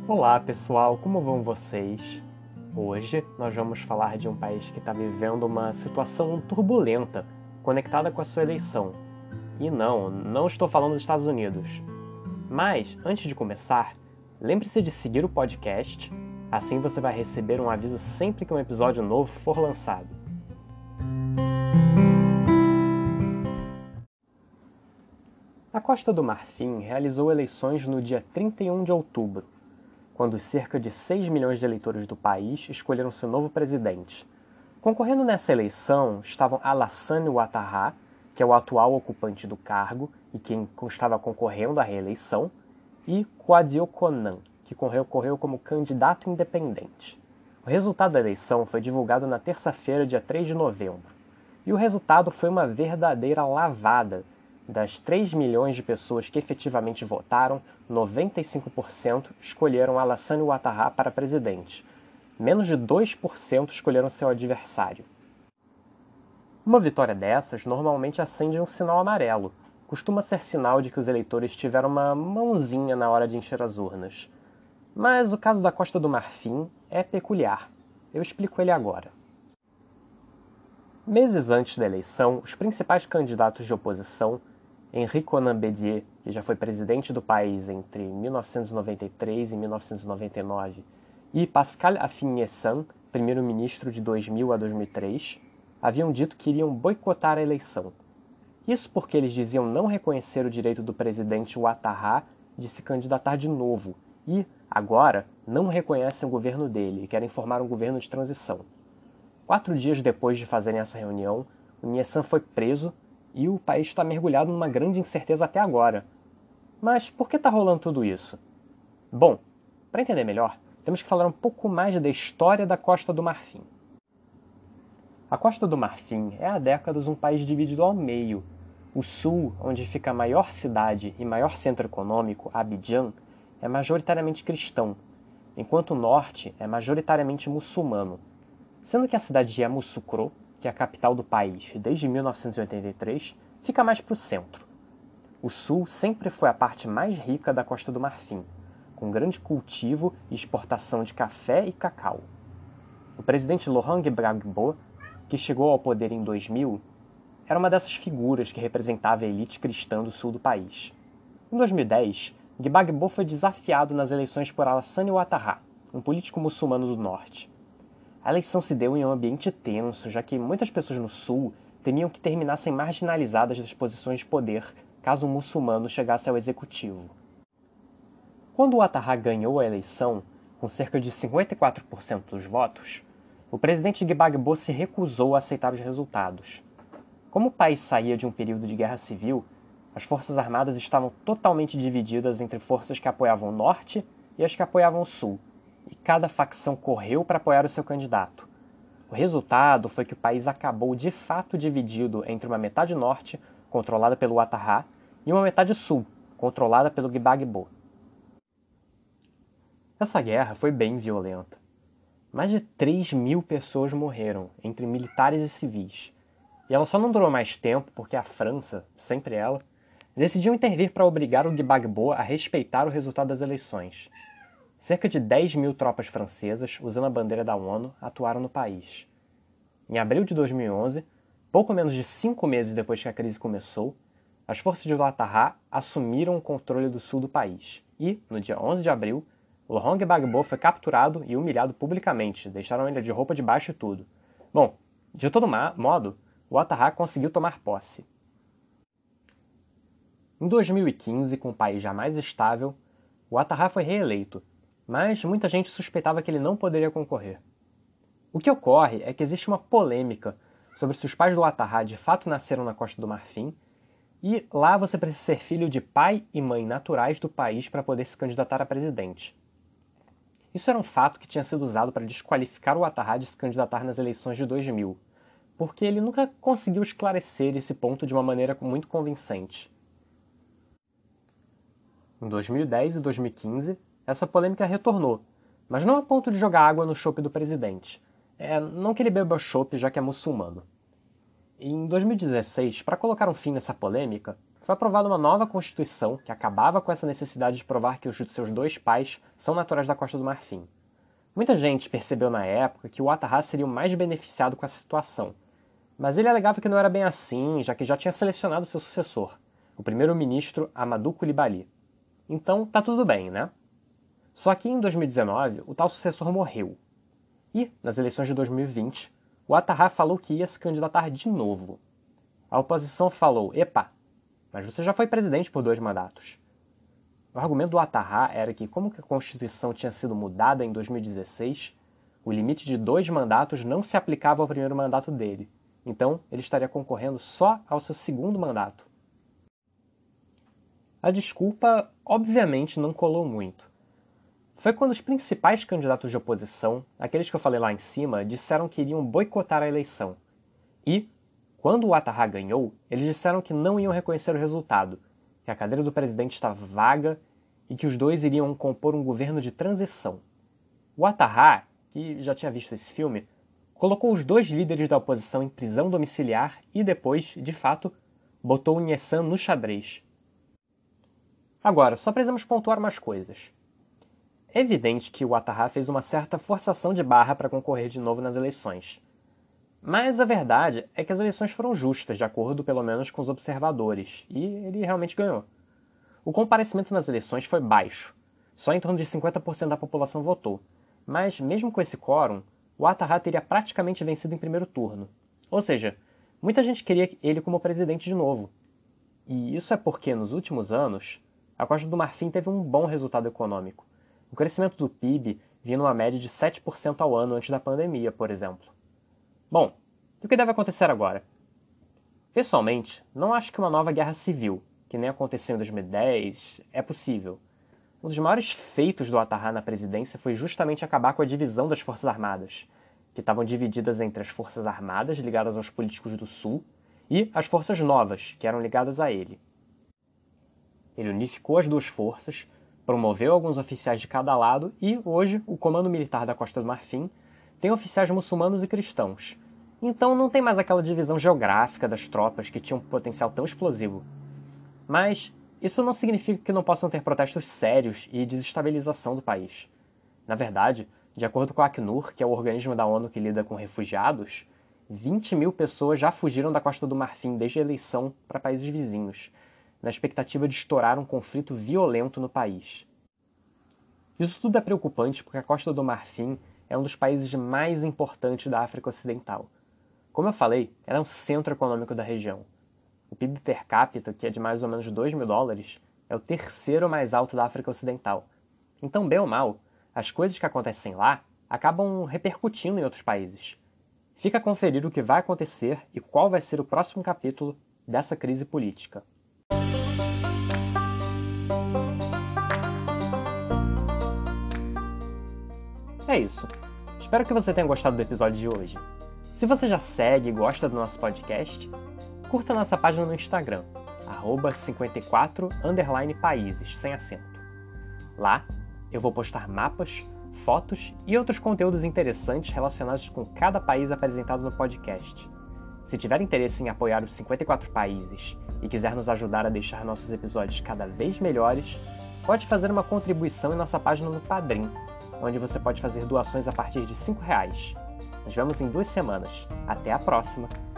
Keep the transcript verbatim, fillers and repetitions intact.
Olá pessoal, como vão vocês? Hoje nós vamos falar de um país que está vivendo uma situação turbulenta, conectada com a sua eleição. E não, não estou falando dos Estados Unidos. Mas, antes de começar, lembre-se de seguir o podcast, assim você vai receber um aviso sempre que um episódio novo for lançado. A Costa do Marfim realizou eleições no dia trinta e um de outubro, quando cerca de seis milhões de eleitores do país escolheram seu novo presidente. Concorrendo nessa eleição estavam Alassane Ouattara, que é o atual ocupante do cargo e quem estava concorrendo à reeleição, e Kouadio Konan, que concorreu como candidato independente. O resultado da eleição foi divulgado na terça-feira, dia três de novembro, e o resultado foi uma verdadeira lavada. Das três milhões de pessoas que efetivamente votaram, noventa e cinco por cento escolheram Alassane Ouattara para presidente. Menos de dois por cento escolheram seu adversário. Uma vitória dessas normalmente acende um sinal amarelo. Costuma ser sinal de que os eleitores tiveram uma mãozinha na hora de encher as urnas. Mas o caso da Costa do Marfim é peculiar. Eu explico ele agora. Meses antes da eleição, os principais candidatos de oposição, Henri Konan Bédier, que já foi presidente do país entre mil novecentos e noventa e três e mil novecentos e noventa e nove, e Pascal Affi-N'Guessan, primeiro-ministro de dois mil a dois mil e três, haviam dito que iriam boicotar a eleição. Isso porque eles diziam não reconhecer o direito do presidente Ouattara de se candidatar de novo e, agora, não reconhecem o governo dele e querem formar um governo de transição. Quatro dias depois de fazerem essa reunião, o N'Guessan foi preso e o país está mergulhado numa grande incerteza até agora. Mas por que está rolando tudo isso? Bom, para entender melhor, temos que falar um pouco mais da história da Costa do Marfim. A Costa do Marfim é há décadas um país dividido ao meio. O sul, onde fica a maior cidade e maior centro econômico, Abidjan, é majoritariamente cristão, enquanto o norte é majoritariamente muçulmano. Sendo que a cidade de Yamoussoukro, que é a capital do país desde mil novecentos e oitenta e três, fica mais para o centro. O sul sempre foi a parte mais rica da Costa do Marfim, com grande cultivo e exportação de café e cacau. O presidente Laurent Gbagbo, que chegou ao poder em dois mil, era uma dessas figuras que representava a elite cristã do sul do país. Em dois mil e dez, Gbagbo foi desafiado nas eleições por Alassane Ouattara, um político muçulmano do norte. A eleição se deu em um ambiente tenso, já que muitas pessoas no sul temiam que terminassem marginalizadas das posições de poder caso um muçulmano chegasse ao executivo. Quando Ouattara ganhou a eleição, com cerca de cinquenta e quatro por cento dos votos, o presidente Gbagbo se recusou a aceitar os resultados. Como o país saía de um período de guerra civil, as forças armadas estavam totalmente divididas entre forças que apoiavam o norte e as que apoiavam o sul, e cada facção correu para apoiar o seu candidato. O resultado foi que o país acabou de fato dividido entre uma metade norte, controlada pelo Ouattara, e uma metade sul, controlada pelo Gbagbo. Essa guerra foi bem violenta. Mais de três mil pessoas morreram, entre militares e civis. E ela só não durou mais tempo porque a França, sempre ela, decidiu intervir para obrigar o Gbagbo a respeitar o resultado das eleições. Cerca de dez mil tropas francesas, usando a bandeira da ONU, atuaram no país. Em abril de dois mil e onze, pouco menos de cinco meses depois que a crise começou, as forças de Ouattara assumiram o controle do sul do país e, no dia onze de abril, Laurent Gbagbo foi capturado e humilhado publicamente, deixaram ele de roupa de baixo e tudo. Bom, de todo modo, Ouattara conseguiu tomar posse. Em dois mil e quinze, com o país já mais estável, Ouattara foi reeleito, mas muita gente suspeitava que ele não poderia concorrer. O que ocorre é que existe uma polêmica sobre se os pais do Ouattara de fato nasceram na Costa do Marfim, e lá você precisa ser filho de pai e mãe naturais do país para poder se candidatar a presidente. Isso era um fato que tinha sido usado para desqualificar o Ouattara de se candidatar nas eleições de dois mil, porque ele nunca conseguiu esclarecer esse ponto de uma maneira muito convincente. Em dois mil e dez e dois mil e quinze, essa polêmica retornou, mas não a ponto de jogar água no chope do presidente. É, não que ele beba chope já que é muçulmano. Em dois mil e dezesseis, para colocar um fim nessa polêmica, foi aprovada uma nova Constituição que acabava com essa necessidade de provar que os seus dois pais são naturais da Costa do Marfim. Muita gente percebeu na época que o Ouattara seria o mais beneficiado com essa situação, mas ele alegava que não era bem assim, já que já tinha selecionado seu sucessor, o primeiro-ministro Amadou Coulibaly. Então, tá tudo bem, né? Só que em dois mil e dezenove, o tal sucessor morreu. E, nas eleições de dois mil e vinte, o Ouattara falou que ia se candidatar de novo. A oposição falou, epa, mas você já foi presidente por dois mandatos. O argumento do Ouattara era que, como a Constituição tinha sido mudada em dois mil e dezesseis, o limite de dois mandatos não se aplicava ao primeiro mandato dele. Então, ele estaria concorrendo só ao seu segundo mandato. A desculpa, obviamente, não colou muito. Foi quando os principais candidatos de oposição, aqueles que eu falei lá em cima, disseram que iriam boicotar a eleição. E, quando o Ouattara ganhou, eles disseram que não iam reconhecer o resultado, que a cadeira do presidente estava vaga e que os dois iriam compor um governo de transição. O Ouattara, que já tinha visto esse filme, colocou os dois líderes da oposição em prisão domiciliar e depois, de fato, botou o Nhesan no xadrez. Agora, só precisamos pontuar umas coisas. É evidente que o Ouattara fez uma certa forçação de barra para concorrer de novo nas eleições. Mas a verdade é que as eleições foram justas, de acordo pelo menos com os observadores, e ele realmente ganhou. O comparecimento nas eleições foi baixo, só em torno de cinquenta por cento da população votou, mas mesmo com esse quórum, o Ouattara teria praticamente vencido em primeiro turno. Ou seja, muita gente queria ele como presidente de novo. E isso é porque, nos últimos anos, a Costa do Marfim teve um bom resultado econômico. O crescimento do P I B vinha numa média de sete por cento ao ano antes da pandemia, por exemplo. Bom, e o que deve acontecer agora? Pessoalmente, não acho que uma nova guerra civil, que nem aconteceu em dois mil e dez, é possível. Um dos maiores feitos do Ouattara na presidência foi justamente acabar com a divisão das Forças Armadas, que estavam divididas entre as Forças Armadas ligadas aos políticos do Sul e as Forças Novas, que eram ligadas a ele. Ele unificou as duas forças, promoveu alguns oficiais de cada lado e, hoje, o Comando Militar da Costa do Marfim tem oficiais muçulmanos e cristãos. Então não tem mais aquela divisão geográfica das tropas que tinha um potencial tão explosivo. Mas isso não significa que não possam ter protestos sérios e desestabilização do país. Na verdade, de acordo com a Acnur, que é o organismo da ONU que lida com refugiados, vinte mil pessoas já fugiram da Costa do Marfim desde a eleição para países vizinhos, na expectativa de estourar um conflito violento no país. Isso tudo é preocupante porque a Costa do Marfim é um dos países mais importantes da África Ocidental. Como eu falei, ela é um centro econômico da região. O P I B per capita, que é de mais ou menos dois mil dólares, é o terceiro mais alto da África Ocidental. Então, bem ou mal, as coisas que acontecem lá acabam repercutindo em outros países. Fica a conferir o que vai acontecer e qual vai ser o próximo capítulo dessa crise política. É isso. Espero que você tenha gostado do episódio de hoje. Se você já segue e gosta do nosso podcast, curta nossa página no Instagram, arroba cinquenta e quatro underline países, sem acento. Lá, eu vou postar mapas, fotos e outros conteúdos interessantes relacionados com cada país apresentado no podcast. Se tiver interesse em apoiar os cinquenta e quatro países e quiser nos ajudar a deixar nossos episódios cada vez melhores, pode fazer uma contribuição em nossa página no Padrim, onde você pode fazer doações a partir de cinco reais. Nos vemos em duas semanas. Até a próxima!